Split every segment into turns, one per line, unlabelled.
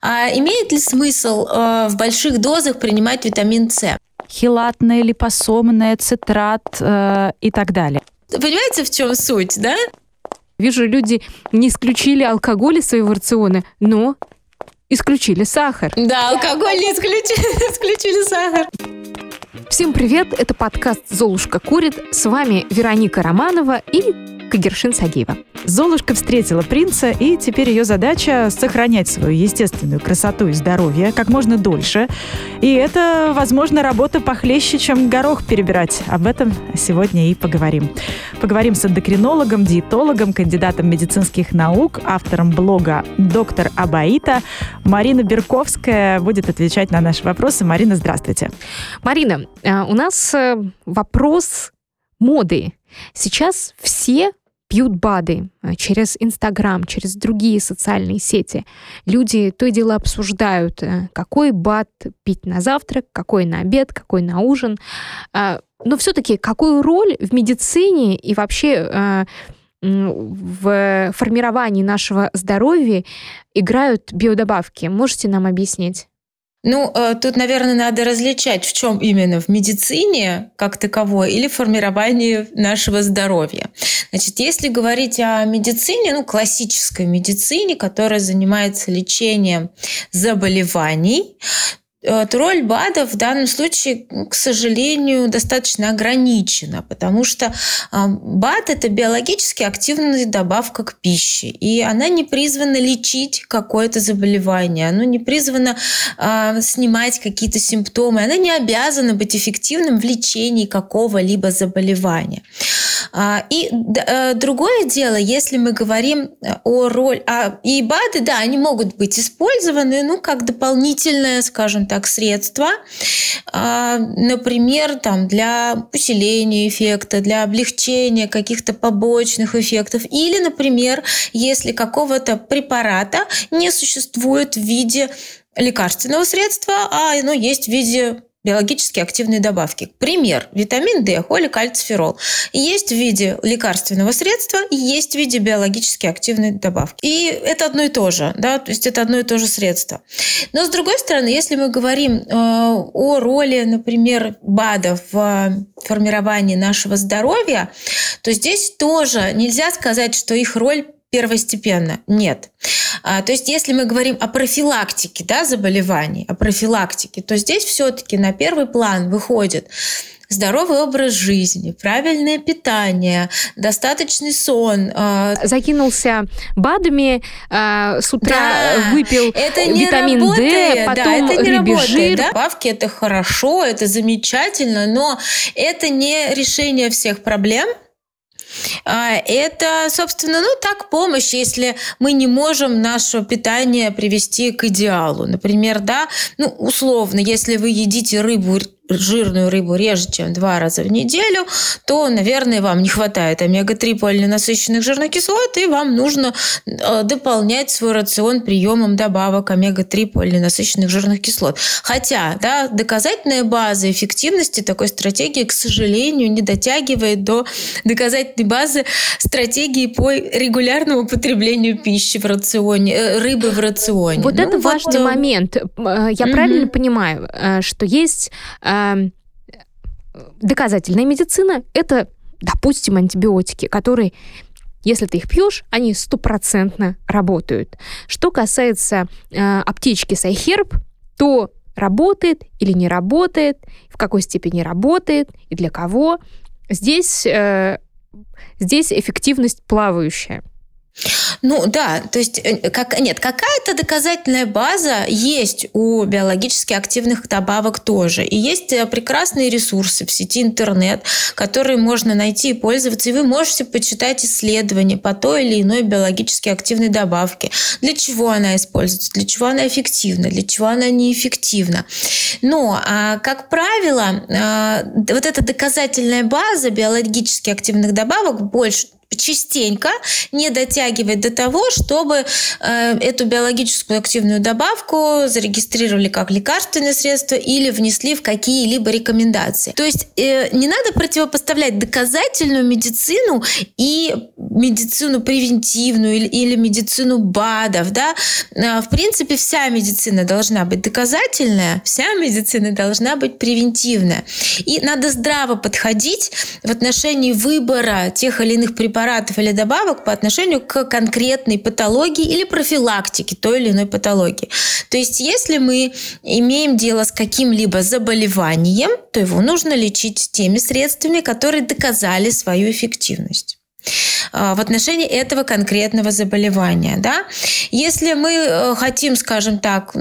А имеет ли смысл в больших дозах принимать витамин С?
Хелатное, липосомное, цитрат и так далее.
Понимаете, в чем суть, да?
Вижу, люди не исключили алкоголь из своего рациона, но исключили сахар.
Да, алкоголь не исключили сахар.
Всем привет, это подкаст «Золушка курит». С вами Вероника Романова и Кагершин Сагиева.
Золушка встретила принца, и теперь ее задача — сохранять свою естественную красоту и здоровье как можно дольше. И это, возможно, работа похлеще, чем горох перебирать. Об этом сегодня и поговорим. Поговорим с эндокринологом, диетологом, кандидатом медицинских наук, автором блога «Доктор Абаита». Марина Берковская будет отвечать на наши вопросы. Марина, здравствуйте.
Марина, у нас вопрос моды. Сейчас все пьют БАДы через Инстаграм, через другие социальные сети. Люди то и дело обсуждают, какой БАД пить на завтрак, какой на обед, какой на ужин. Но все-таки какую роль в медицине и вообще в формировании нашего здоровья играют биодобавки? Можете нам объяснить?
Тут, наверное, надо различать, в чем именно, в медицине как таковой или в формировании нашего здоровья. Значит, если говорить о медицине, классической медицине, которая занимается лечением заболеваний, то роль БАДов в данном случае, к сожалению, достаточно ограничена, потому что БАД – это биологически активная добавка к пище, и она не призвана лечить какое-то заболевание, она не призвана снимать какие-то симптомы, она не обязана быть эффективным в лечении какого-либо заболевания. И другое дело, если мы говорим о роли... И БАДы, да, они могут быть использованы, как дополнительное, скажем так, средство, например, для усиления эффекта, для облегчения каких-то побочных эффектов. Или, например, если какого-то препарата не существует в виде лекарственного средства, а оно есть в виде биологически активные добавки. Пример. Витамин D, холикальциферол. Есть в виде лекарственного средства и есть в виде биологически активной добавки. И это одно и то же. Да? То есть это одно и то же средство. Но с другой стороны, если мы говорим о роли, например, БАДов в формировании нашего здоровья, то здесь тоже нельзя сказать, что их роль первостепенно. Нет. То есть, если мы говорим о профилактике заболеваний, о профилактике, то здесь все-таки на первый план выходит здоровый образ жизни, правильное питание, достаточный сон.
Закинулся БАДами, с утра выпил
это
витамин D, потом
это не
рыбий жир.
Добавки – это хорошо, это замечательно, но это не решение всех проблем. Это, собственно, помощь, если мы не можем наше питание привести к идеалу. Например, условно, если вы едите жирную рыбу реже, чем 2 раза в неделю, то, наверное, вам не хватает омега-3 полиненасыщенных жирных кислот, и вам нужно дополнять свой рацион приемом добавок омега-3 полиненасыщенных жирных кислот. Хотя, доказательная база эффективности такой стратегии, к сожалению, не дотягивает до доказательной базы стратегии по регулярному потреблению пищи в рационе, рыбы в рационе.
Вот это важный момент. Я правильно понимаю, что есть доказательная медицина – это, допустим, антибиотики, которые, если ты их пьешь, они 100% работают. Что касается аптечки Сайхерб, то работает или не работает, в какой степени работает и для кого. Здесь эффективность плавающая.
То есть какая-то доказательная база есть у биологически активных добавок тоже. И есть прекрасные ресурсы в сети интернет, которые можно найти и пользоваться. И вы можете почитать исследования по той или иной биологически активной добавке. Для чего она используется, для чего она эффективна, для чего она неэффективна. Но, как правило, вот эта доказательная база биологически активных добавок частенько не дотягивает до того, чтобы эту биологическую активную добавку зарегистрировали как лекарственное средство или внесли в какие-либо рекомендации. То есть не надо противопоставлять доказательную медицину и медицину превентивную или медицину БАДов. Да? В принципе, вся медицина должна быть доказательная, вся медицина должна быть превентивная. И надо здраво подходить в отношении выбора тех или иных препаратов или добавок по отношению к конкретной патологии или профилактике той или иной патологии. То есть, если мы имеем дело с каким-либо заболеванием, то его нужно лечить теми средствами, которые доказали свою эффективность в отношении этого конкретного заболевания. Да? Если мы хотим, скажем так,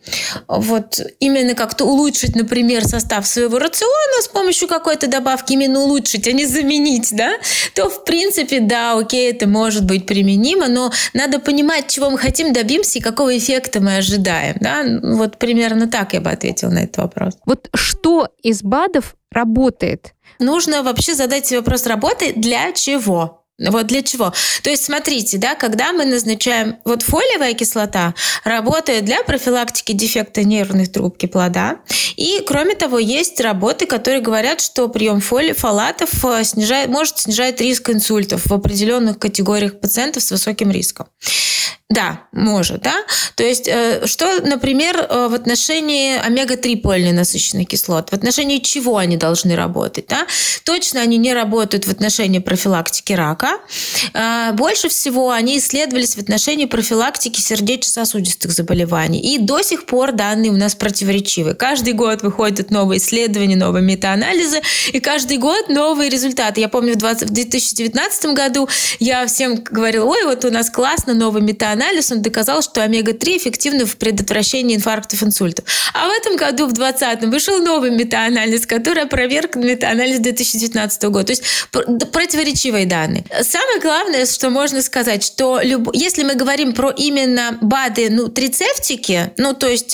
именно как-то улучшить, например, состав своего рациона с помощью какой-то добавки, именно улучшить, а не заменить, да, то, в принципе, да, окей, это может быть применимо, но надо понимать, чего мы хотим добиться и какого эффекта мы ожидаем. Да? Вот примерно так я бы ответила на этот вопрос.
Вот что из БАДов работает?
Нужно вообще задать себе вопрос: работает для чего? Вот для чего? То есть, смотрите, да, когда мы назначаем... Вот фолиевая кислота работает для профилактики дефекта нервных трубки плода. И, кроме того, есть работы, которые говорят, что прием фолатов может снижать риск инсультов в определенных категориях пациентов с высоким риском. Да, может, да. То есть, что, например, в отношении омега-3 полиненасыщенных кислот, в отношении чего они должны работать, да? Точно они не работают в отношении профилактики рака. Больше всего они исследовались в отношении профилактики сердечно-сосудистых заболеваний. И до сих пор данные у нас противоречивы. Каждый год выходят новые исследования, новые метаанализы, и каждый год новые результаты. Я помню, в 2019 году я всем говорила: ой, вот у нас классно, новый метаанализ, он доказал, что омега-3 эффективны в предотвращении инфарктов, инсультов. А в этом году, в 2020-м, вышел новый метаанализ, который опроверг метаанализ 2019 года. То есть противоречивые данные. Самое главное, что можно сказать, что если мы говорим про именно БАДы, нутрицептики, то есть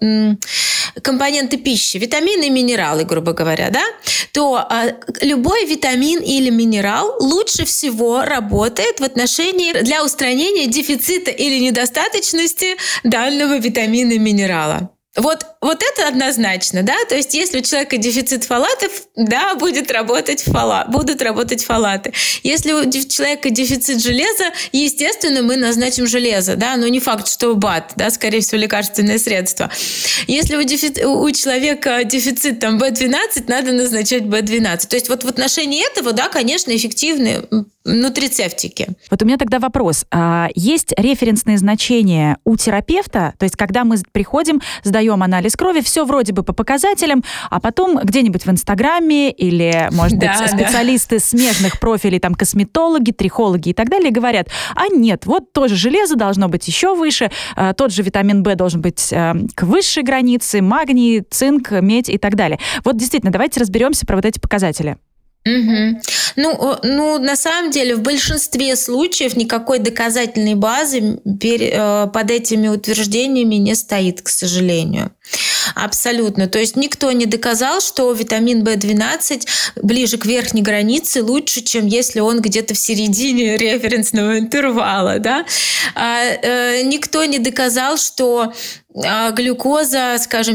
компоненты пищи, витамины и минералы, грубо говоря, да, то любой витамин или минерал лучше всего работает в отношении для устранения дефицита или недостаточности данного витамина и минерала. Вот это однозначно, да, то есть если у человека дефицит фолатов, да, будут работать фолаты. Если у человека дефицит железа, естественно, мы назначим железо, да, но не факт, что БАД, да, скорее всего, лекарственное средство. Если у человека дефицит B12, надо назначать B12. То есть вот в отношении этого, да, конечно, эффективны нутрицептики.
Вот у меня тогда вопрос. Есть референсные значения у терапевта? То есть когда мы приходим, сдаем анализ крови, все вроде бы по показателям, а потом где-нибудь в Инстаграме или, может быть, специалисты смежных профилей, там, косметологи, трихологи и так далее, говорят: а нет, вот тоже железо должно быть еще выше, тот же витамин В должен быть к высшей границе, магний, цинк, медь и так далее. Вот действительно, давайте разберемся про вот эти показатели.
Угу. На самом деле, в большинстве случаев никакой доказательной базы под этими утверждениями не стоит, к сожалению. Абсолютно. То есть никто не доказал, что витамин В12 ближе к верхней границе лучше, чем если он где-то в середине референсного интервала. Да? Никто не доказал, что глюкоза, скажем,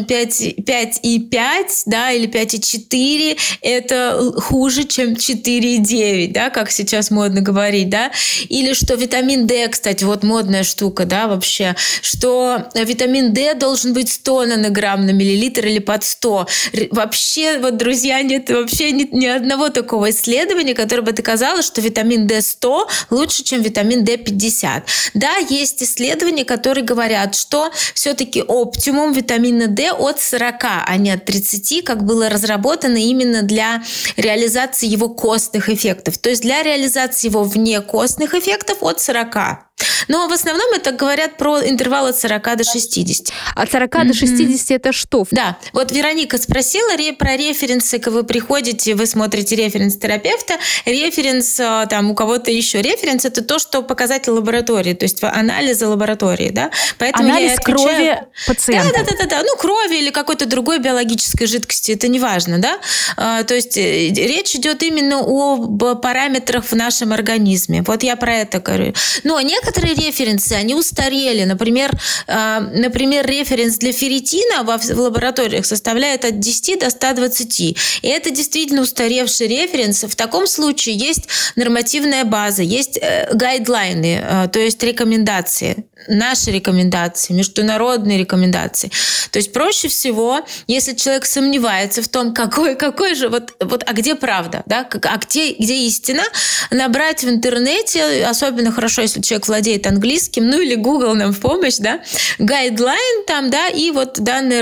5,5, да, или 5,4 это хуже, чем 4,9, да, как сейчас модно говорить, да, или что витамин D, кстати, вот модная штука, да, вообще, что витамин D должен быть 100 нанограмм на миллилитр или под 100. Вообще, вот, друзья, нет вообще ни одного такого исследования, которое бы доказало, что витамин D 100 лучше, чем витамин D 50. Да, есть исследования, которые говорят, что все-таки оптимум витамина D от 40, а не от 30, как было разработано именно для реализации его костных эффектов. То есть для реализации его внекостных эффектов от 40. Но в основном это говорят про интервал от 40 до 60.
От 40 до 60 это что?
Да. Вот Вероника спросила про референсы, когда вы приходите, вы смотрите референс терапевта, референс там у кого-то еще. Референс – это то, что показатель лаборатории, то есть анализы лаборатории. Да?
Поэтому анализ крови пациента.
Да. Ну, крови или какой-то другой биологической жидкости, это не важно, да? То есть речь идет именно об параметрах в нашем организме. Вот я про это говорю. Но некоторые референсы, они устарели. Например, референс для ферритина в лабораториях составляет от 10 до 120. И это действительно устаревший референс. В таком случае есть нормативная база, есть гайдлайны, то есть рекомендации, наши рекомендации, международные рекомендации. То есть проще всего, если человек сомневается в том, какой же, а где правда, да? А где истина, набрать в интернете, особенно хорошо, если человек владеет английским, ну или Google нам в помощь, да, гайдлайн там, да, и вот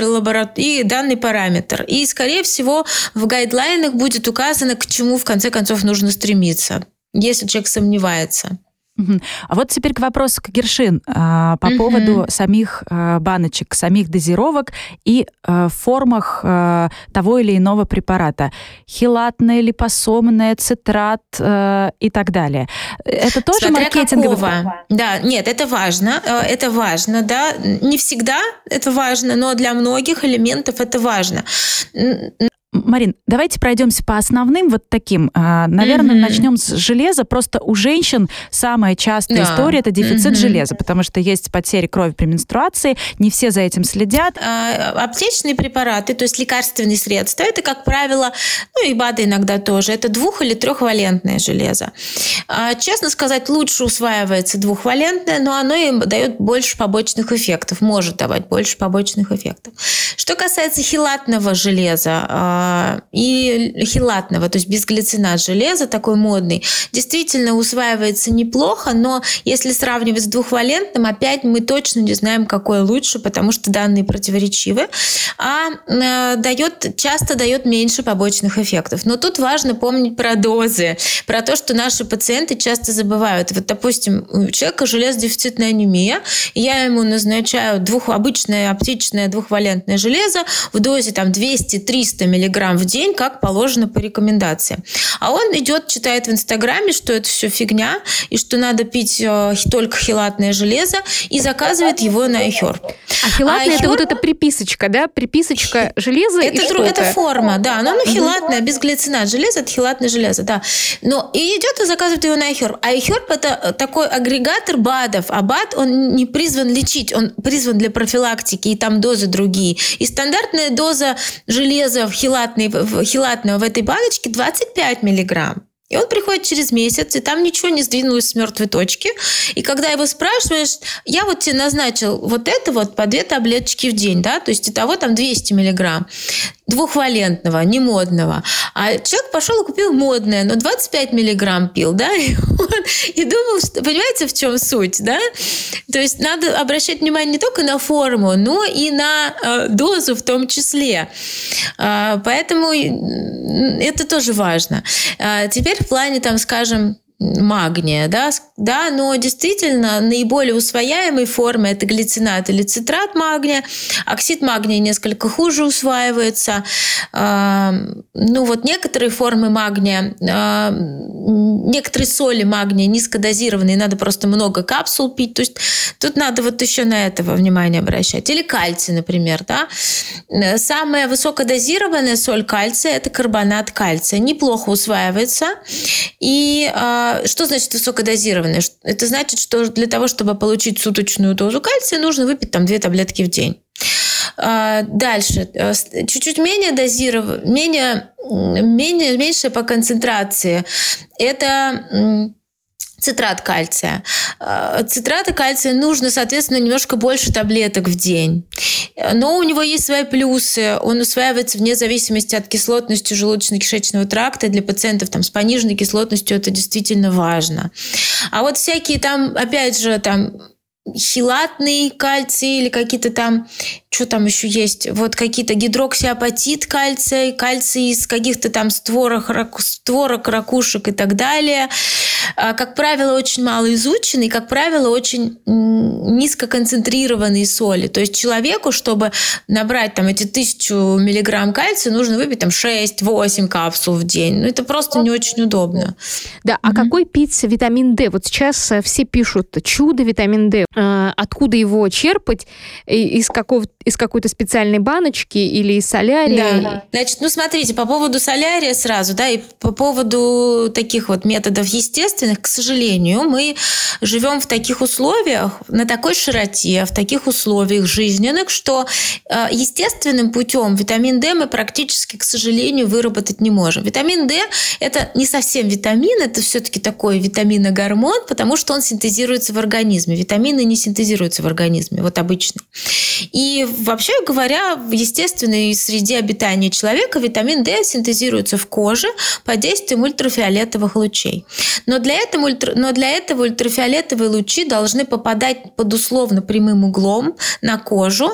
данный параметр. И, скорее всего, в гайдлайнах будет указано, к чему, в конце концов, нужно стремиться, если человек сомневается.
А вот теперь к вопросу к Гершин по поводу самих баночек, самих дозировок и формах того или иного препарата. Хелатное, липосомное, цитрат и так далее. Это тоже
Смотря
маркетинговый...
какого. Да, нет, это важно, да. Не всегда это важно, но для многих элементов это важно.
Марин, давайте пройдемся по основным вот таким. Наверное, начнем с железа. Просто у женщин самая частая история – это дефицит железа, потому что есть потери крови при менструации, не все за этим следят.
Аптечные препараты, то есть лекарственные средства, это, как правило, ну и БАДы иногда тоже, это 2- или 3-валентное железо. Честно сказать, лучше усваивается 2-валентное, но оно им дает больше побочных эффектов, может давать больше побочных эффектов. Что касается хелатного железа, и хелатного, то есть безглицинат железа, такой модный, действительно усваивается неплохо, но если сравнивать с 2-валентным, опять мы точно не знаем, какой лучше, потому что данные противоречивы, часто дает меньше побочных эффектов. Но тут важно помнить про дозы, про то, что наши пациенты часто забывают. Вот, допустим, у человека железодефицитная анемия, и я ему назначаю обычное аптечное 2-валентное железо в дозе 200-300 мг в день, как положено по рекомендации. А он идет, читает в Инстаграме, что это все фигня, и что надо пить только хелатное железо, и заказывает его на iHerb.
А хелатное это вот эта приписочка, да? Приписочка железа и что-то.
Это форма, да. Но хелатное, безглицинат железо, это хелатное железо, да. Но и идет и заказывает его на iHerb. А iHerb это такой агрегатор БАДов. А БАД, он не призван лечить, он призван для профилактики, и там дозы другие. И стандартная доза железа хелатного в этой баночке 25 миллиграмм. И он приходит через месяц, и там ничего не сдвинулось с мертвой точки. И когда его спрашиваешь, я вот тебе назначил вот это вот по 2 таблеточки в день, да, то есть итого 200 миллиграмм. 2-валентного, не модного. А человек пошел и купил модное, но 25 миллиграмм пил, да, и думал, что, понимаете, в чем суть, да? То есть надо обращать внимание не только на форму, но и на дозу в том числе. Поэтому это тоже важно. Теперь в плане, скажем, магния, да, но действительно наиболее усвояемые формы – это глицинат или цитрат магния. Оксид магния несколько хуже усваивается. Некоторые формы магния, некоторые соли магния низкодозированные, надо просто много капсул пить. То есть тут надо еще на это внимание обращать. Или кальций, например, да. Самая высокодозированная соль кальция – это карбонат кальция. Неплохо усваивается. И что значит высокодозированная? Это значит, что для того, чтобы получить суточную дозу кальция, нужно выпить 2 таблетки в день. Дальше. Чуть-чуть менее меньшая по концентрации. Это цитрат кальция. Цитрата кальция нужно, соответственно, немножко больше таблеток в день. Но у него есть свои плюсы. Он усваивается вне зависимости от кислотности желудочно-кишечного тракта. Для пациентов с пониженной кислотностью это действительно важно. А вот всякие опять же, хелатный кальций или какие-то что там еще есть? Вот какие-то гидроксиапатит кальция, кальций из каких-то там створок, ракушек и так далее. Как правило, очень мало изучены и, как правило, очень низкоконцентрированные соли. То есть человеку, чтобы набрать там эти 1000 миллиграмм кальция, нужно выпить там 6-8 капсул в день. Ну, это просто не очень удобно.
Да, а какой пить витамин D? Вот сейчас все пишут «чудо витамин D». Откуда его черпать? Из какой-то специальной баночки или из солярия?
Да. Значит, смотрите, по поводу солярия сразу, да, и по поводу таких вот методов естественных, к сожалению, мы живем в таких условиях, на такой широте, в таких условиях жизненных, что естественным путем витамин D мы практически, к сожалению, выработать не можем. Витамин D – это не совсем витамин, это все-таки такой витаминогормон, потому что он синтезируется в организме. Витамины не синтезируются в организме, вот обычно. И вообще говоря, в естественной среде обитания человека витамин D синтезируется в коже под действием ультрафиолетовых лучей. Но для этого ультрафиолетовые лучи должны попадать под условно прямым углом на кожу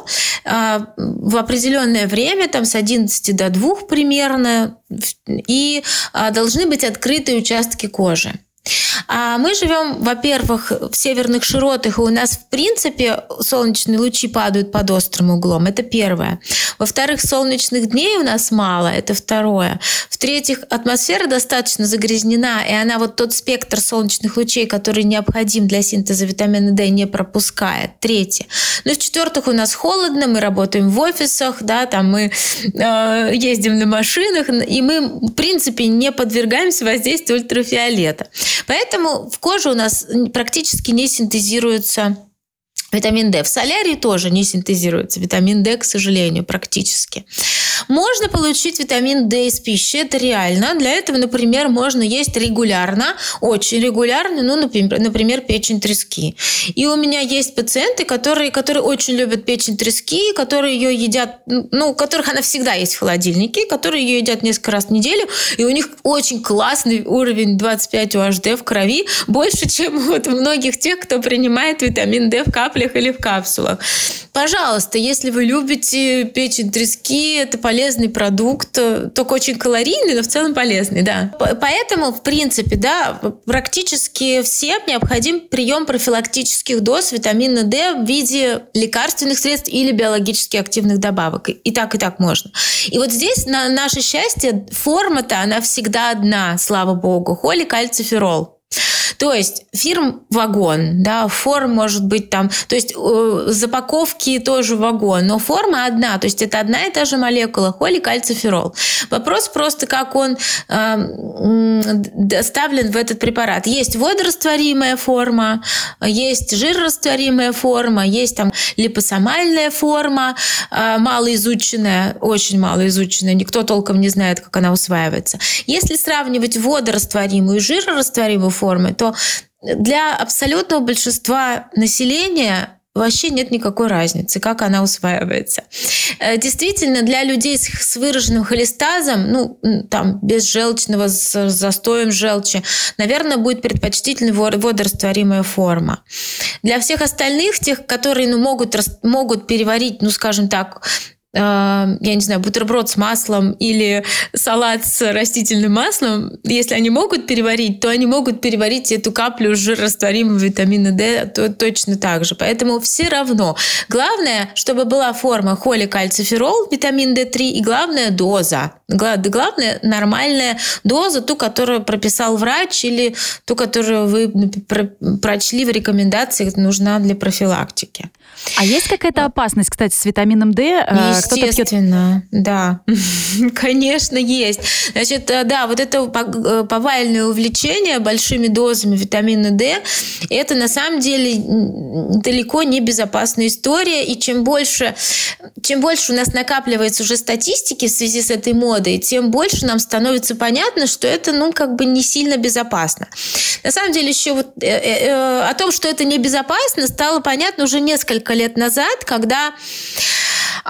в определенное время, там с 11 до 2 примерно, и должны быть открытые участки кожи. А мы живем, во-первых, в северных широтах, и у нас, в принципе, солнечные лучи падают под острым углом. Это первое. Во-вторых, солнечных дней у нас мало. Это второе. В-третьих, атмосфера достаточно загрязнена, и она вот тот спектр солнечных лучей, который необходим для синтеза витамина D, не пропускает. Третье. Ну и в-четвертых, у нас холодно, мы работаем в офисах, да, там мы ездим на машинах, и мы, в принципе, не подвергаемся воздействию ультрафиолета. Поэтому в коже у нас практически не синтезируется витамин D. В солярии тоже не синтезируется витамин D, к сожалению, практически. Можно получить витамин D из пищи, это реально. Для этого, например, можно есть регулярно, очень регулярно, например, печень трески. И у меня есть пациенты, которые очень любят печень трески, которые ее едят, у которых она всегда есть в холодильнике, которые ее едят несколько раз в неделю, и у них очень классный уровень 25 UHD в крови, больше, чем вот у многих тех, кто принимает витамин D в каплях или в капсулах. Пожалуйста, если вы любите печень трески, это полезный продукт, только очень калорийный, но в целом полезный, да. Поэтому, в принципе, да, практически всем необходим прием профилактических доз витамина D в виде лекарственных средств или биологически активных добавок. И так можно. И вот здесь, на наше счастье, форма-то, она всегда одна, слава богу, холикальциферол. То есть фирм вагон, да, форм может быть там, то есть запаковки тоже вагон, но форма одна, то есть это одна и та же молекула, холикальциферол. Вопрос просто, как он доставлен в этот препарат. Есть водорастворимая форма, есть жирорастворимая форма, есть там липосомальная форма, малоизученная, очень малоизученная, никто толком не знает, как она усваивается. Если сравнивать водорастворимую и жирорастворимую формы, то для абсолютного большинства населения вообще нет никакой разницы, как она усваивается. Действительно, для людей с выраженным холестазом, там, без желчного, с застоем желчи, наверное, будет предпочтительна водорастворимая форма. Для всех остальных, тех, которые могут переварить, скажем так, я не знаю, бутерброд с маслом или салат с растительным маслом, если они могут переварить, то они могут переварить эту каплю жирорастворимого витамина D точно так же. Поэтому все равно. Главное, чтобы была форма холикальциферол, витамин D3, и главное доза. Главное нормальная доза, ту, которую прописал врач, или ту, которую вы прочли в рекомендациях, нужна для профилактики.
А есть какая-то опасность, кстати, с витамином D?
Естественно, да. Конечно, есть. Значит, да, вот это повальное увлечение большими дозами витамина D, это на самом деле далеко не безопасная история. И чем больше у нас накапливается уже статистики в связи с этой модой, тем больше нам становится понятно, что это, не сильно безопасно. На самом деле, еще о том, что это небезопасно, стало понятно уже несколько лет назад, когда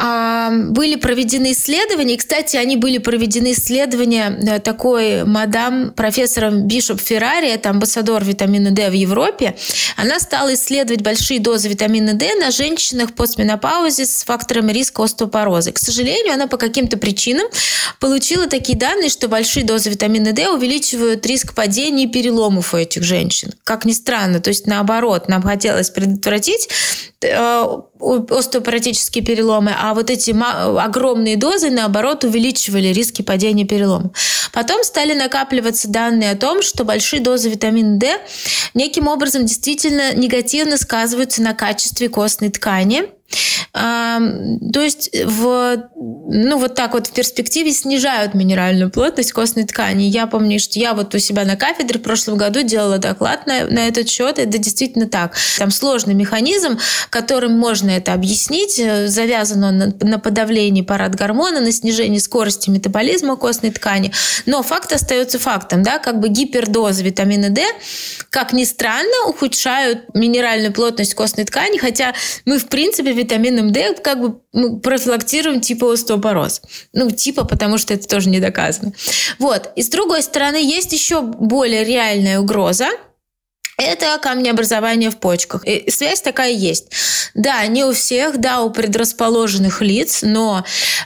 были проведены исследования, и, кстати, они были проведены исследования такой мадам, профессором Бишоп Феррари, это амбассадор витамина D в Европе. Она стала исследовать большие дозы витамина D на женщинах в постменопаузе с факторами риска остеопороза. К сожалению, она по каким-то причинам получила такие данные, что большие дозы витамина D увеличивают риск падений и переломов у этих женщин. Как ни странно, то есть наоборот, нам хотелось предотвратить остеопоротические переломы, а вот эти огромные дозы, наоборот, увеличивали риски падения и переломов. Потом стали накапливаться данные о том, что большие дозы витамина D неким образом действительно негативно сказываются на качестве костной ткани. То есть вот так вот в перспективе снижают минеральную плотность костной ткани. Я помню, что я вот у себя на кафедре в прошлом году делала доклад на этот счет. Это действительно так. Там сложный механизм, которым можно это объяснить. Завязан он на подавлении парадгормона, на снижении скорости метаболизма костной ткани. Но факт остается фактом. Да? Как бы гипердозы витамина D, как ни странно, ухудшают минеральную плотность костной ткани, хотя мы, в принципе, витамином D как бы профилактируем типа остеопороз. Потому что это тоже не доказано. Вот. И с другой стороны, есть еще более реальная угроза. Это камнеобразование в почках. И связь такая есть. Да, не у всех, да, у предрасположенных лиц, но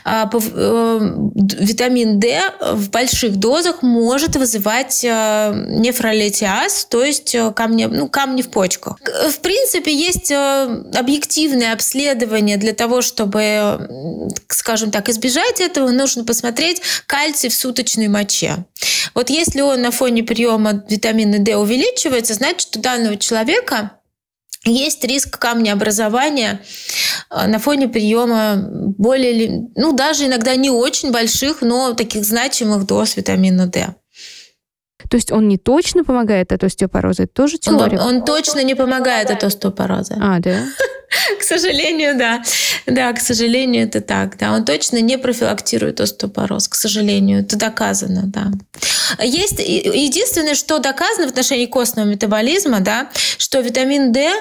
витамин D в больших дозах может вызывать нефролитиаз, то есть камни в почках. В принципе, есть объективное обследование для того, чтобы, скажем так, избежать этого, нужно посмотреть кальций в суточной моче. Вот если он на фоне приема витамина D увеличивается, значит, у данного человека есть риск камнеобразования на фоне приема даже иногда не очень больших, но таких значимых доз витамина D.
То есть он не точно помогает от остеопороза? Это тоже теория?
Он точно не помогает от остеопороза.
Да?
К сожалению, да. Да, к сожалению, это так. Да, он точно не профилактирует остеопороз. К сожалению, это доказано, да. Есть единственное, что доказано в отношении костного метаболизма, да, что витамин D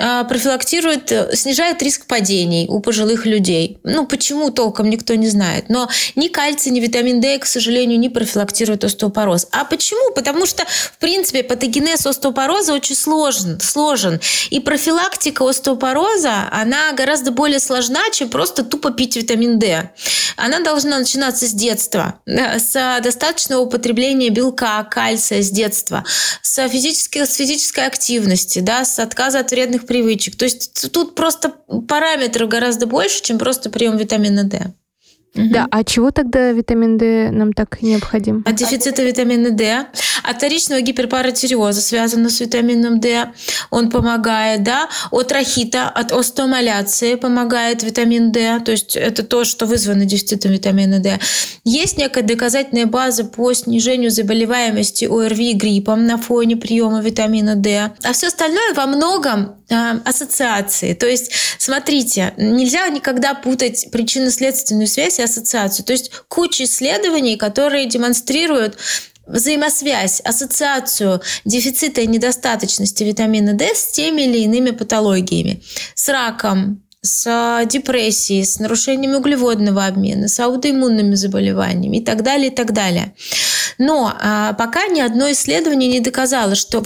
снижает риск падений у пожилых людей. Почему, толком никто не знает. Но ни кальций, ни витамин D, к сожалению, не профилактируют остеопороз. А почему? Потому что, в принципе, патогенез остеопороза очень сложен. И профилактика остеопороза, она гораздо более сложна, чем просто тупо пить витамин D. Она должна начинаться с детства, с достаточного употребления белка, кальция с детства, с физической активности, да, с отказа от вредных привычек. То есть тут просто параметров гораздо больше, чем просто прием витамина D.
Да, а чего тогда витамин D нам так необходим?
От дефицита витамина D, от вторичного гиперпаратиреоза связано с витамином D, он помогает, да, от рахита, от остеомаляции помогает витамин D, то есть это то, что вызвано дефицитом витамина D. Есть некая доказательная база по снижению заболеваемости ОРВИ и гриппом на фоне приема витамина D. А все остальное во многом ассоциации. То есть, смотрите, нельзя никогда путать причинно-следственную связь и ассоциацию. То есть куча исследований, которые демонстрируют взаимосвязь, ассоциацию дефицита и недостаточности витамина D с теми или иными патологиями. С раком, с депрессией, с нарушениями углеводного обмена, с аутоиммунными заболеваниями и так далее, и так далее. Но пока ни одно исследование не доказало, что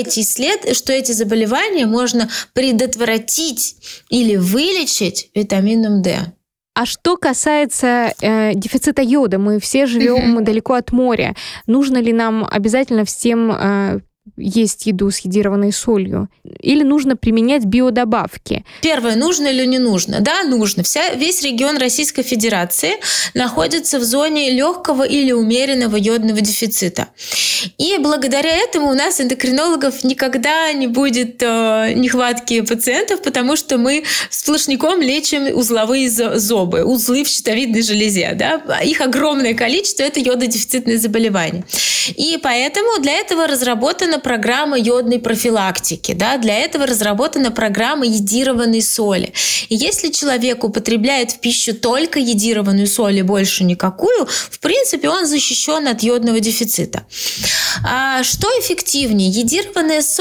эти заболевания можно предотвратить или вылечить витамином D.
А что касается дефицита йода, мы все живем далеко от моря. Нужно ли нам обязательно всем есть еду с йодированной солью? Или нужно применять биодобавки?
Первое, нужно или не нужно? Да, нужно. Весь регион Российской Федерации находится в зоне легкого или умеренного йодного дефицита. И благодаря этому у нас эндокринологов никогда не будет нехватки пациентов, потому что мы сплошняком лечим узловые зобы, узлы в щитовидной железе. Да? Их огромное количество – это йододефицитные заболевания. И поэтому для этого разработана программа йодной профилактики. Да? Для этого разработана программа йодированной соли. И если человек употребляет в пищу только йодированную соль и больше никакую, в принципе, он защищен от йодного дефицита. А что эффективнее? Йодированная соль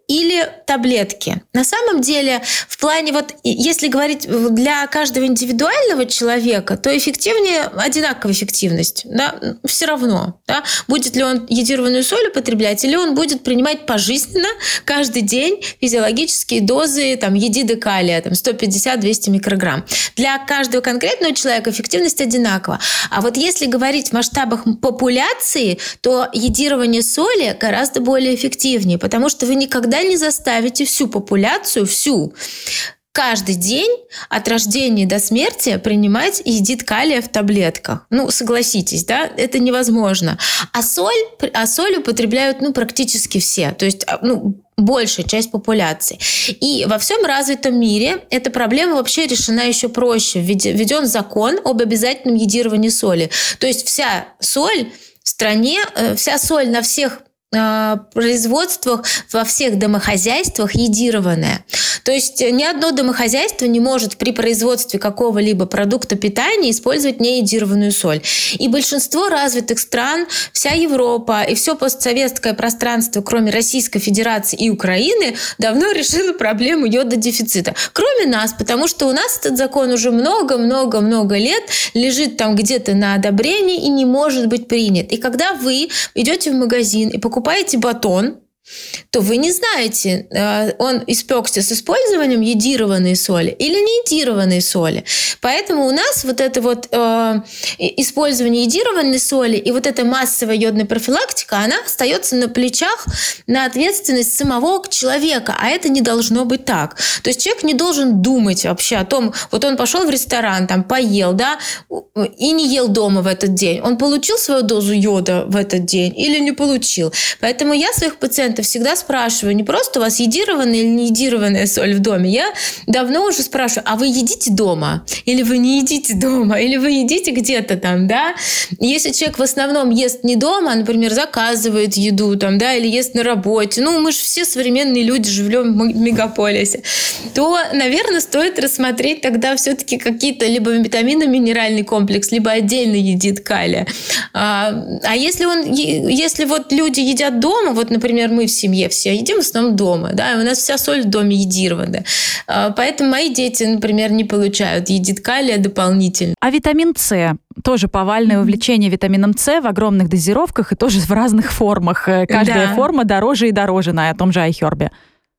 или таблетки. На самом деле, в плане если говорить для каждого индивидуального человека, то одинаковая эффективность, да, все равно, да, будет ли он йодированную соль употреблять, или он будет принимать пожизненно каждый день физиологические дозы йодида калия, 150-200 микрограмм. Для каждого конкретного человека эффективность одинакова. А если говорить в масштабах популяции, то йодирование соли гораздо более эффективнее, потому что вы никогда не заставите всю популяцию, каждый день от рождения до смерти принимать йодид калия в таблетках. Согласитесь, да, это невозможно. А соль употребляют практически все. То есть, большая часть популяции. И во всем развитом мире эта проблема вообще решена еще проще. Введен закон об обязательном йодировании соли. То есть вся соль в стране, вся соль на всех производствах, во всех домохозяйствах йодированная. То есть ни одно домохозяйство не может при производстве какого-либо продукта питания использовать нейодированную соль. И большинство развитых стран, вся Европа и все постсоветское пространство, кроме Российской Федерации и Украины, давно решило проблему йододефицита. Кроме нас, потому что у нас этот закон уже много-много-много лет лежит там где-то на одобрении и не может быть принят. И когда вы идете в магазин и покупаете батон, то вы не знаете, он испекся с использованием йодированной соли или не йодированной соли. Поэтому у нас использование йодированной соли и эта массовая йодная профилактика, она остается на плечах, на ответственность самого человека, а это не должно быть так. То есть человек не должен думать вообще о том, он пошел в ресторан, поел, да, и не ел дома в этот день. Он получил свою дозу йода в этот день или не получил. Поэтому я своих пациентов всегда спрашиваю, не просто у вас йодированная или не йодированная соль в доме. Я давно уже спрашиваю, а вы едите дома? Или вы не едите дома? Или вы едите где-то там, да? Если человек в основном ест не дома, например, заказывает еду там, да, или ест на работе, мы же все современные люди, живем в мегаполисе, то, наверное, стоит рассмотреть тогда все-таки какие-то либо витаминно-минеральный комплекс, либо отдельный йодид калия. А если люди едят дома, например, мы в семье все едим в основном дома, да, и у нас вся соль в доме йодирована. Поэтому мои дети, например, не получают йодид калия дополнительно.
А витамин С? Тоже повальное увлечение витамином С в огромных дозировках и тоже в разных формах. Каждая форма дороже и дороже на том же iHerb.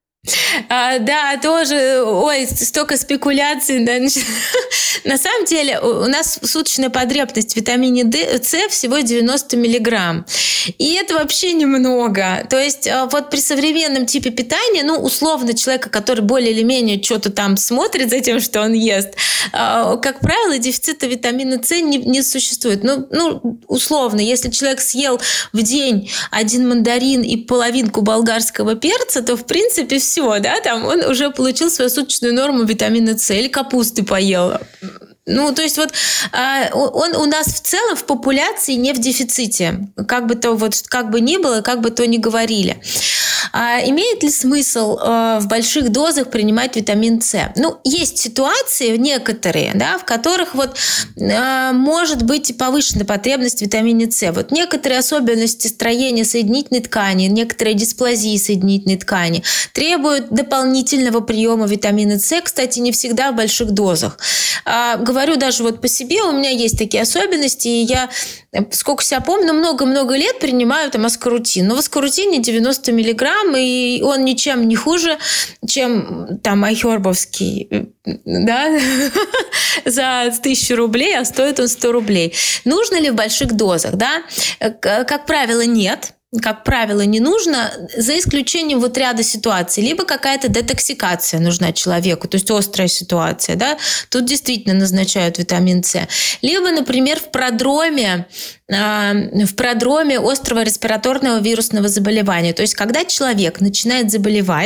Да, тоже, столько спекуляций. Да. На самом деле у нас суточная потребность в витамине С всего 90 миллиграмм. И это вообще немного. То есть при современном типе питания, условно человека, который более или менее что-то там смотрит за тем, что он ест, как правило, дефицита витамина С не существует. Условно, если человек съел в день 1 мандарин и половинку болгарского перца, то в принципе все, да, там он уже получил свою суточную норму витамина С, или капусты поел. То есть он у нас в целом в популяции не в дефиците, как бы ни было, как бы то ни говорили. Имеет ли смысл в больших дозах принимать витамин С? Есть ситуации некоторые, да, в которых может быть повышена потребность в витамине С. Некоторые особенности строения соединительной ткани, некоторые дисплазии соединительной ткани требуют дополнительного приема витамина С, кстати, не всегда в больших дозах. Говорю даже по себе, у меня есть такие особенности, и я, сколько себя помню, много-много лет принимаю аскорутин. Но в аскорутине 90 миллиграмм, и он ничем не хуже, чем iHerbовский, да, за 1000 рублей, а стоит он 100 рублей. Нужно ли в больших дозах, да? Как правило, нет. Как правило, не нужно, за исключением ряда ситуаций. Либо какая-то детоксикация нужна человеку, то есть острая ситуация, да, тут действительно назначают витамин С. Либо, например, в продроме острого респираторного вирусного заболевания. То есть, когда человек начинает заболевать,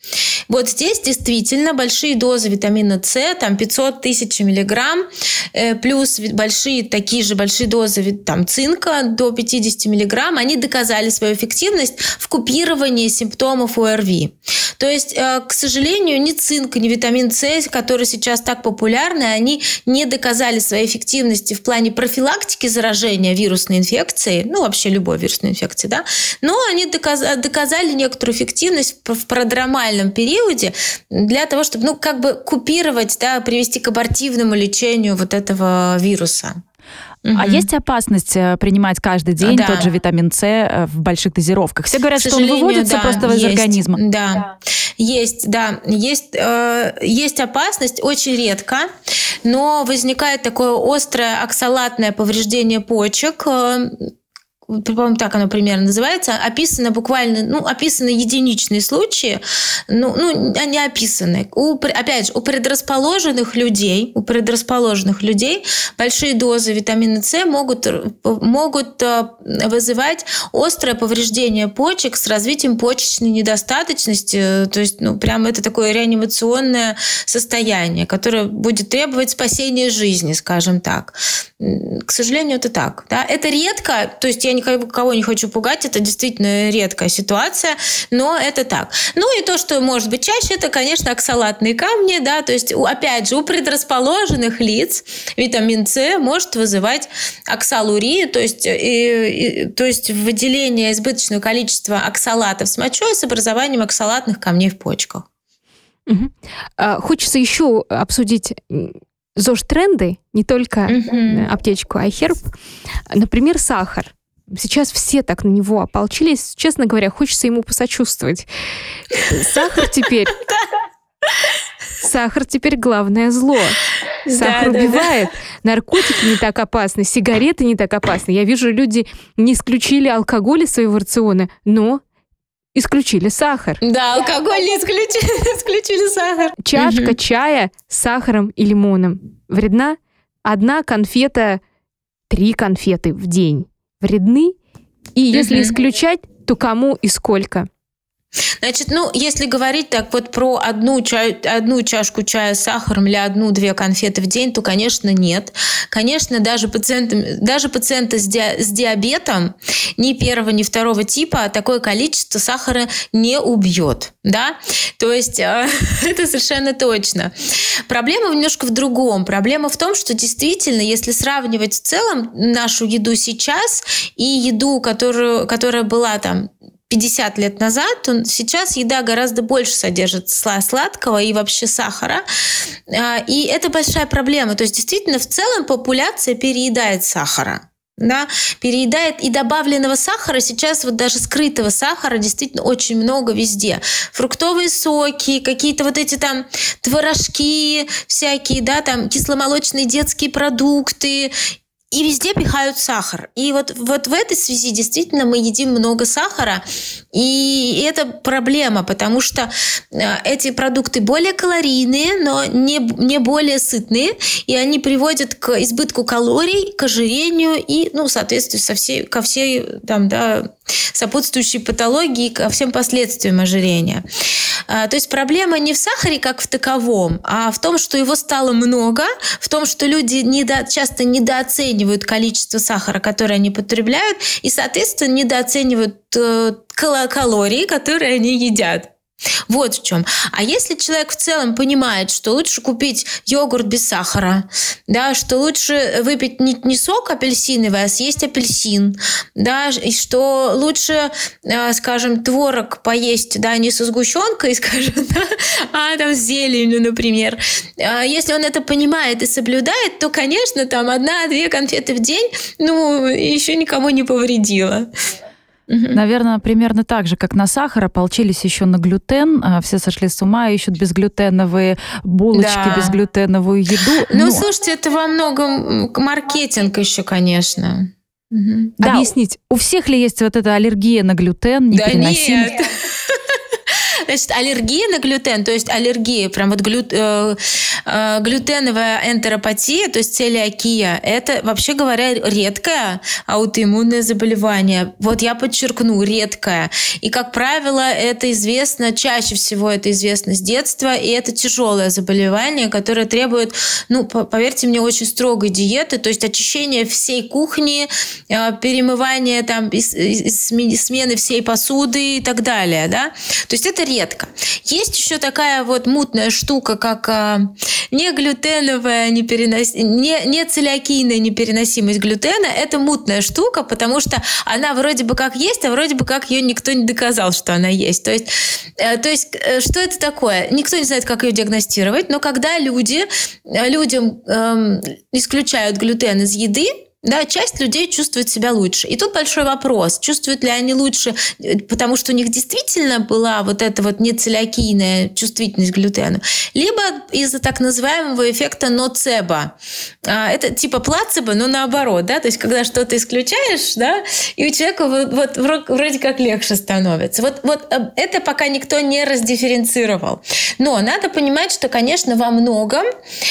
Вот здесь действительно большие дозы витамина С, там 500-1000 миллиграмм, плюс такие же большие дозы там, цинка до 50 миллиграмм, они доказали свою эффективность в купировании симптомов ОРВИ. То есть, к сожалению, ни цинк, ни витамин С, которые сейчас так популярны, они не доказали своей эффективности в плане профилактики заражения вирусной инфекцией, вообще любой вирусной инфекции, да, но они доказали некоторую эффективность в продромальном периоде для того, чтобы, купировать, да, привести к абортивному лечению вот этого вируса.
А есть опасность принимать каждый день тот же витамин С в больших дозировках? Все говорят, что он выводится просто из организма.
Да, есть опасность, очень редко, но возникает такое острое оксалатное повреждение почек. По-моему, так оно примерно называется, описаны единичные случаи, они описаны. Опять же, у предрасположенных людей большие дозы витамина С могут вызывать острое повреждение почек с развитием почечной недостаточности, то есть, прямо это такое реанимационное состояние, которое будет требовать спасения жизни, скажем так. К сожалению, это так. Да? Это редко, то есть я никого не хочу пугать, это действительно редкая ситуация, но это так. И то, что может быть чаще, это, конечно, оксалатные камни, да, то есть, опять же, у предрасположенных лиц витамин С может вызывать оксалурию, то есть выделение избыточного количества оксалатов с мочой с образованием оксалатных камней в почках.
Угу. Хочется еще обсудить ЗОЖ-тренды, не только аптечку iHerb. Например, сахар. Сейчас все так на него ополчились. Честно говоря, хочется ему посочувствовать. Сахар теперь главное зло. Сахар убивает. Наркотики не так опасны, сигареты не так опасны. Я вижу, люди не исключили алкоголь из своего рациона, но исключили сахар.
Да, алкоголь не исключили сахар.
Чашка чая с сахаром и лимоном вредна? 1 конфета, 3 конфеты в день вредны? И если исключать, то кому и сколько?
Значит, если говорить так вот про одну чашку чая с сахаром или 1-2 конфеты в день, то, конечно, нет. Конечно, даже пациенты с диабетом ни 1, ни 2 типа такое количество сахара не убьет. Да? То есть это совершенно точно. Проблема немножко в другом. Проблема в том, что действительно, если сравнивать в целом нашу еду сейчас и еду, которая была там 50 лет назад, то сейчас еда гораздо больше содержит сладкого и вообще сахара. И это большая проблема. То есть действительно в целом популяция переедает сахара. Да, переедает, и добавленного сахара сейчас, вот даже скрытого сахара, действительно очень много везде. Фруктовые соки, какие-то вот эти там творожки всякие, да, там кисломолочные детские продукты. И везде пихают сахар. И вот в этой связи действительно мы едим много сахара. И это проблема, потому что эти продукты более калорийные, но не более сытные. И они приводят к избытку калорий, к ожирению и, соответственно, ко всей там, да, сопутствующей патологии, ко всем последствиям ожирения. То есть проблема не в сахаре как в таковом, а в том, что его стало много, в том, что люди часто недооценивают количество сахара, которое они потребляют, и, соответственно, недооценивают калории, которые они едят. Вот в чем. А если человек в целом понимает, что лучше купить йогурт без сахара, да, что лучше выпить не сок апельсиновый, а съесть апельсин, да, и что лучше, скажем, творог поесть, да, не со сгущенкой, скажем, да, а там с зеленью, например. Если он это понимает и соблюдает, то, конечно, там 1-2 конфеты в день, еще никому не повредило.
Наверное, примерно так же, как на сахар, ополчились еще на глютен. Все сошли с ума, ищут безглютеновые булочки, безглютеновую еду.
Слушайте, это во многом маркетинг еще, конечно.
Да. Объяснить, у всех ли есть вот эта аллергия на глютен, непереносимость?
Да нет. Значит, аллергия на глютен, то есть аллергия, прям вот глютеновая энтеропатия, то есть целиакия, это, вообще говоря, редкое аутоиммунное заболевание. Вот я подчеркну, редкое. И, как правило, это известно, чаще всего это известно с детства, и это тяжелое заболевание, которое требует, поверьте мне, очень строгой диеты, то есть очищение всей кухни, перемывание, там, смены всей посуды и так далее, да. То есть это редко. Есть еще такая вот мутная штука, как неглютеновая не целиакийная непереносимость глютена. Это мутная штука, потому что она вроде бы как есть, а вроде бы как ее никто не доказал, что она есть. То есть что это такое? Никто не знает, как ее диагностировать, но когда людям исключают глютен из еды, да, часть людей чувствует себя лучше. И тут большой вопрос, чувствуют ли они лучше, потому что у них действительно была вот эта вот нецелиакийная чувствительность к глютену, либо из-за так называемого эффекта ноцебо. Это типа плацебо, но наоборот, да, то есть когда что-то исключаешь, да, и у человека вот вроде как легче становится. Вот это пока никто не раздифференцировал. Но надо понимать, что, конечно, во многом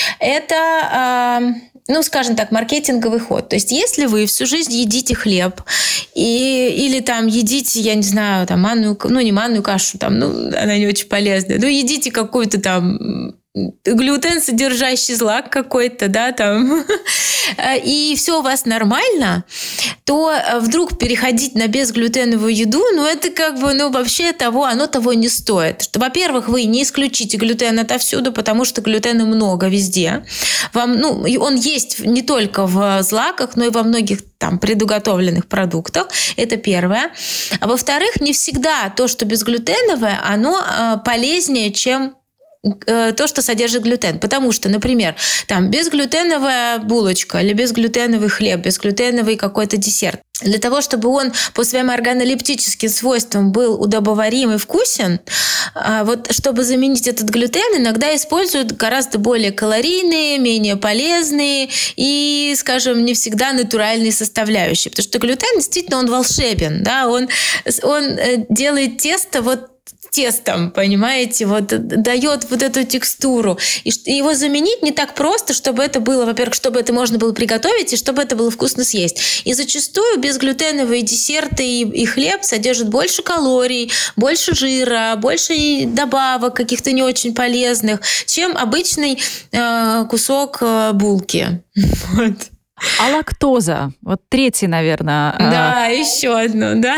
это... скажем так, маркетинговый ход. То есть, если вы всю жизнь едите хлеб или там едите, я не знаю, там не манную кашу, там, она не очень полезная, едите какую-то там глютен содержащий злак какой-то, да, там, и все у вас нормально, то вдруг переходить на безглютеновую еду, это как бы, вообще оно того не стоит. Что, во-первых, вы не исключите глютен отовсюду, потому что глютена много везде. Он есть не только в злаках, но и во многих там предуготовленных продуктах. Это первое. А во-вторых, не всегда то, что безглютеновое, оно полезнее, чем то, что содержит глютен. Потому что, например, там безглютеновая булочка или безглютеновый хлеб, безглютеновый какой-то десерт. Для того, чтобы он по своим органолептическим свойствам был удобоварим и вкусен, чтобы заменить этот глютен, иногда используют гораздо более калорийные, менее полезные и, скажем, не всегда натуральные составляющие. Потому что глютен действительно он волшебен, да? Он делает тесто тестом, понимаете, дает эту текстуру. И его заменить не так просто, чтобы это было, во-первых, чтобы это можно было приготовить, и чтобы это было вкусно съесть. И зачастую безглютеновые десерты и хлеб содержат больше калорий, больше жира, больше добавок каких-то не очень полезных, чем обычный кусок булки. Вот.
А лактоза? Вот третий, наверное.
Да, еще одно, да.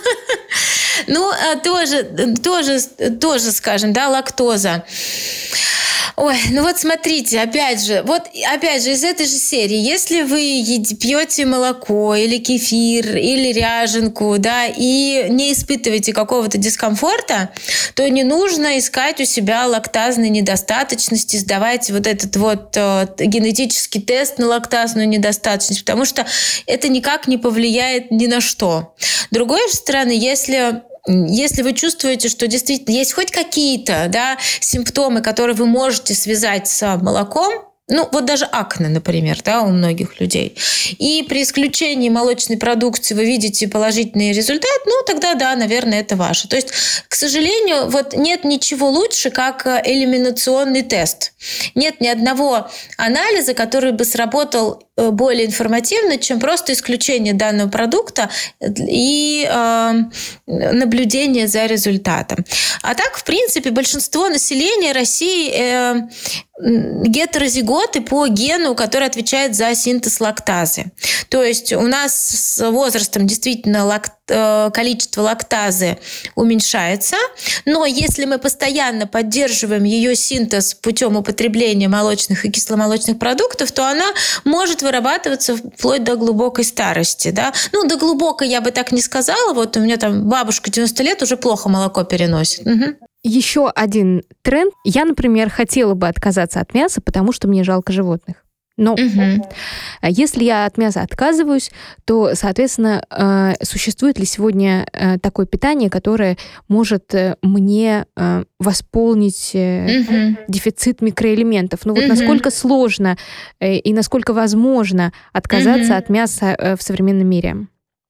Тоже, скажем, да, лактоза. Ой, смотрите, опять же, из этой же серии, если вы пьете молоко или кефир, или ряженку, да, и не испытываете какого-то дискомфорта, то не нужно искать у себя лактазной недостаточности, сдавать этот генетический тест на лактазную недостаточность, потому что это никак не повлияет ни на что. С другой стороны, если вы чувствуете, что действительно есть хоть какие-то, да, симптомы, которые вы можете связать с молоком, даже акне, например, да, у многих людей, и при исключении молочной продукции вы видите положительный результат, тогда, да, наверное, это ваше. То есть, к сожалению, нет ничего лучше, как элиминационный тест. Нет ни одного анализа, который бы сработал более информативно, чем просто исключение данного продукта и наблюдение за результатом. А так, в принципе, большинство населения России гетерозиготы по гену, который отвечает за синтез лактазы. То есть у нас с возрастом действительно количество лактазы уменьшается, но если мы постоянно поддерживаем ее синтез путем употребления молочных и кисломолочных продуктов, то она может вырабатываться вплоть до глубокой старости. Да? До глубокой я бы так не сказала. У меня там бабушка 90 лет уже плохо молоко переносит. Угу.
Еще один тренд. Я, например, хотела бы отказаться от мяса, потому что мне жалко животных. Но если я от мяса отказываюсь, то, соответственно, существует ли сегодня такое питание, которое может мне восполнить дефицит микроэлементов? Насколько сложно и насколько возможно отказаться от мяса в современном мире?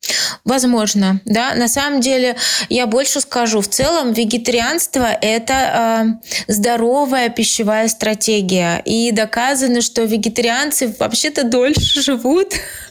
Возможно, да. На самом деле, я больше скажу. В целом, вегетарианство – это здоровая пищевая стратегия. И доказано, что вегетарианцы вообще-то дольше живут.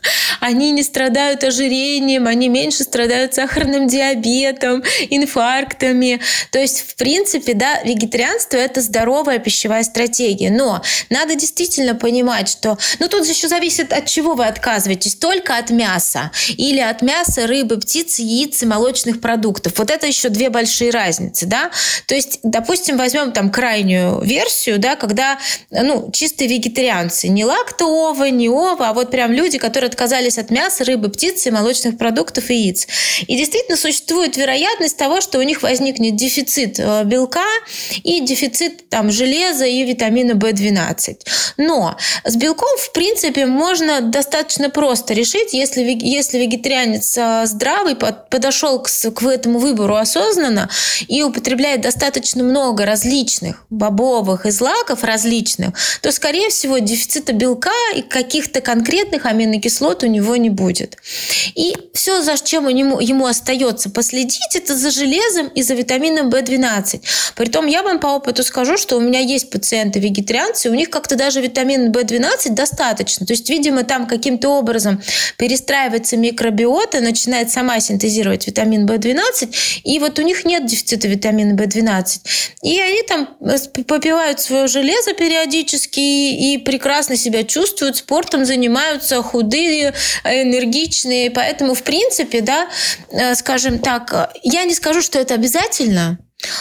Они не страдают ожирением, они меньше страдают сахарным диабетом, инфарктами. То есть, в принципе, да, вегетарианство – это здоровая пищевая стратегия. Но надо действительно понимать, что… Ну, тут еще зависит, от чего вы отказываетесь. Только от мяса. Или от мяса, рыбы, птицы, яиц и молочных продуктов. Вот это еще две большие разницы, да. То есть, допустим, возьмем там крайнюю версию, да, когда, чистые вегетарианцы. Не лактоова, не ова, а вот прям люди, которые отказались от мяса, рыбы, птицы, молочных продуктов и яиц. И действительно существует вероятность того, что у них возникнет дефицит белка и дефицит там железа и витамина В12. Но с белком, в принципе, можно достаточно просто решить, если вегетарианец здравый, подошел к этому выбору осознанно и употребляет достаточно много различных бобовых и злаков различных, то, скорее всего, дефицита белка и каких-то конкретных аминокислот у него не будет. И все, за чем ему остается последить, это за железом и за витамином В12. Притом я вам по опыту скажу, что у меня есть пациенты-вегетарианцы, у них как-то даже витамина В12 достаточно. То есть, видимо, там каким-то образом перестраивается микробиота, начинает сама синтезировать витамин В12, и вот у них нет дефицита витамина В12. И они там попивают свое железо периодически и прекрасно себя чувствуют, спортом занимаются, худые, энергичные. Поэтому, в принципе, да, скажем так, я не скажу, что это обязательно,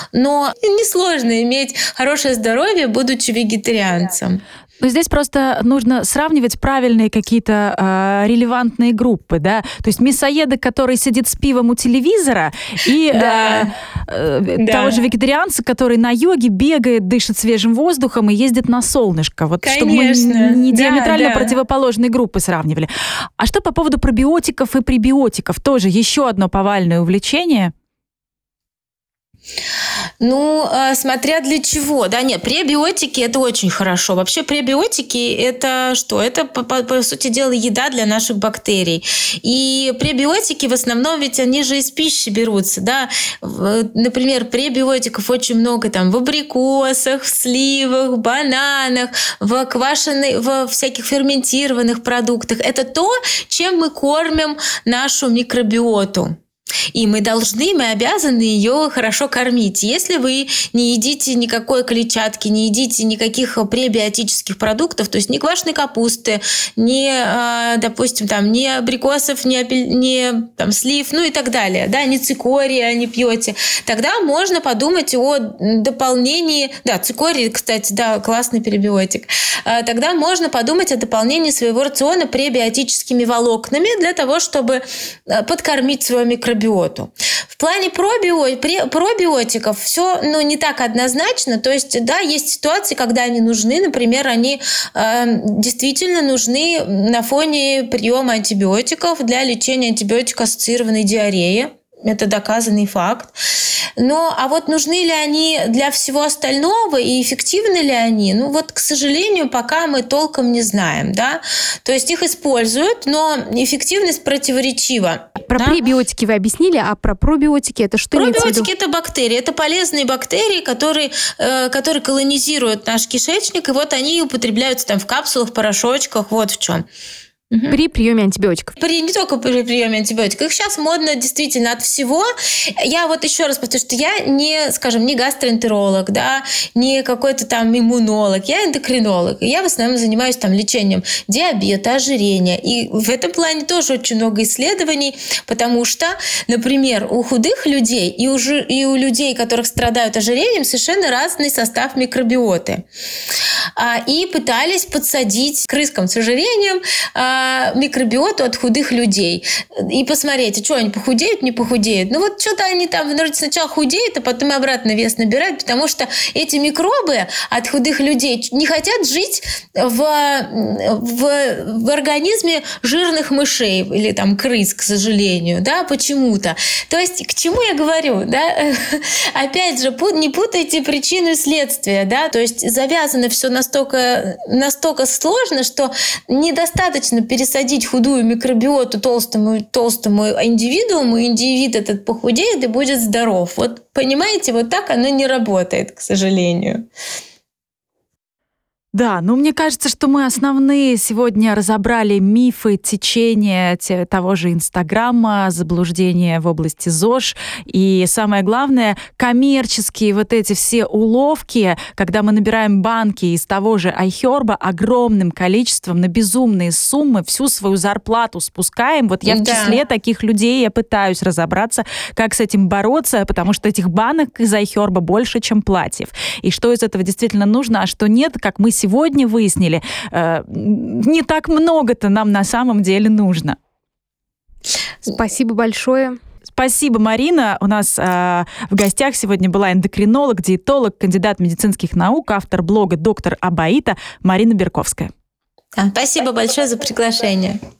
но несложно иметь хорошее здоровье, будучи вегетарианцем.
Но здесь просто нужно сравнивать правильные какие-то релевантные группы, да? То есть мясоеда, который сидит с пивом у телевизора, и того же вегетарианца, который на йоге бегает, дышит свежим воздухом и ездит на солнышко. Вот
конечно.
Чтобы мы не диаметрально противоположные группы сравнивали. А что по поводу пробиотиков и пребиотиков? Тоже еще одно повальное увлечение?
Смотря для чего. Да, нет, пребиотики – это очень хорошо. Вообще пребиотики – это что? Это, по сути дела, еда для наших бактерий. И пребиотики в основном ведь они же из пищи берутся. Да? Например, пребиотиков очень много там в абрикосах, в сливах, в бананах, в всяких ферментированных продуктах. Это то, чем мы кормим нашу микробиоту. И мы обязаны ее хорошо кормить. Если вы не едите никакой клетчатки, не едите никаких пребиотических продуктов, то есть ни квашеной капусты, ни, допустим, там, ни абрикосов, ни там, слив, и так далее, да, ни цикория не пьете, тогда можно подумать о дополнении, да, цикорий, кстати, да, классный пребиотик, тогда можно подумать о дополнении своего рациона пребиотическими волокнами для того, чтобы подкормить свою микробиоту. В плане пробиотиков все не так однозначно. То есть, да, есть ситуации, когда они нужны. Например, они действительно нужны на фоне приема антибиотиков для лечения антибиотикоассоциированной диареи. Это доказанный факт. А вот нужны ли они для всего остального и эффективны ли они? К сожалению, пока мы толком не знаем, да. То есть их используют, но эффективность противоречива.
Про пребиотики вы объяснили, а про пробиотики это что имеется в виду?
Пробиотики – это бактерии. Это полезные бактерии, которые колонизируют наш кишечник, и вот они употребляются там в капсулах, в порошочках, вот в чем.
При приеме антибиотиков.
Не только при приеме антибиотиков. Их сейчас модно действительно от всего. Я вот еще раз повторю, что я не гастроэнтеролог, да, не какой-то там иммунолог, я эндокринолог. И я в основном занимаюсь там лечением диабета, ожирения. И в этом плане тоже очень много исследований, потому что, например, у худых людей и у людей, которых страдают ожирением, совершенно разный состав микробиоты. И пытались подсадить крыскам с ожирением микробиоту от худых людей. И посмотреть, а что, они похудеют, не похудеют? Что-то они там вроде сначала худеют, а потом обратно вес набирают, потому что эти микробы от худых людей не хотят жить в организме жирных мышей или там крыс, к сожалению, да, почему-то. То есть, к чему я говорю, да? Опять же, не путайте причину и следствие, да, то есть завязано все настолько сложно, что недостаточно пересадить худую микробиоту толстому индивидууму, индивид этот похудеет и будет здоров. Вот понимаете, вот так оно не работает, к сожалению.
Да, мне кажется, что мы основные сегодня разобрали мифы, течения того же Инстаграма, заблуждения в области ЗОЖ. И самое главное, коммерческие вот эти все уловки, когда мы набираем банки из того же iHerb огромным количеством на безумные суммы, всю свою зарплату спускаем. Вот я в числе таких людей, я пытаюсь разобраться, как с этим бороться, потому что этих банок из iHerb больше, чем платьев. И что из этого действительно нужно, а что нет, как мы сегодня выяснили, не так много-то нам на самом деле нужно.
Спасибо большое.
Спасибо, Марина. У нас в гостях сегодня была эндокринолог, диетолог, кандидат медицинских наук, автор блога «Доктор Абаита» Марина Берковская.
Спасибо большое за приглашение.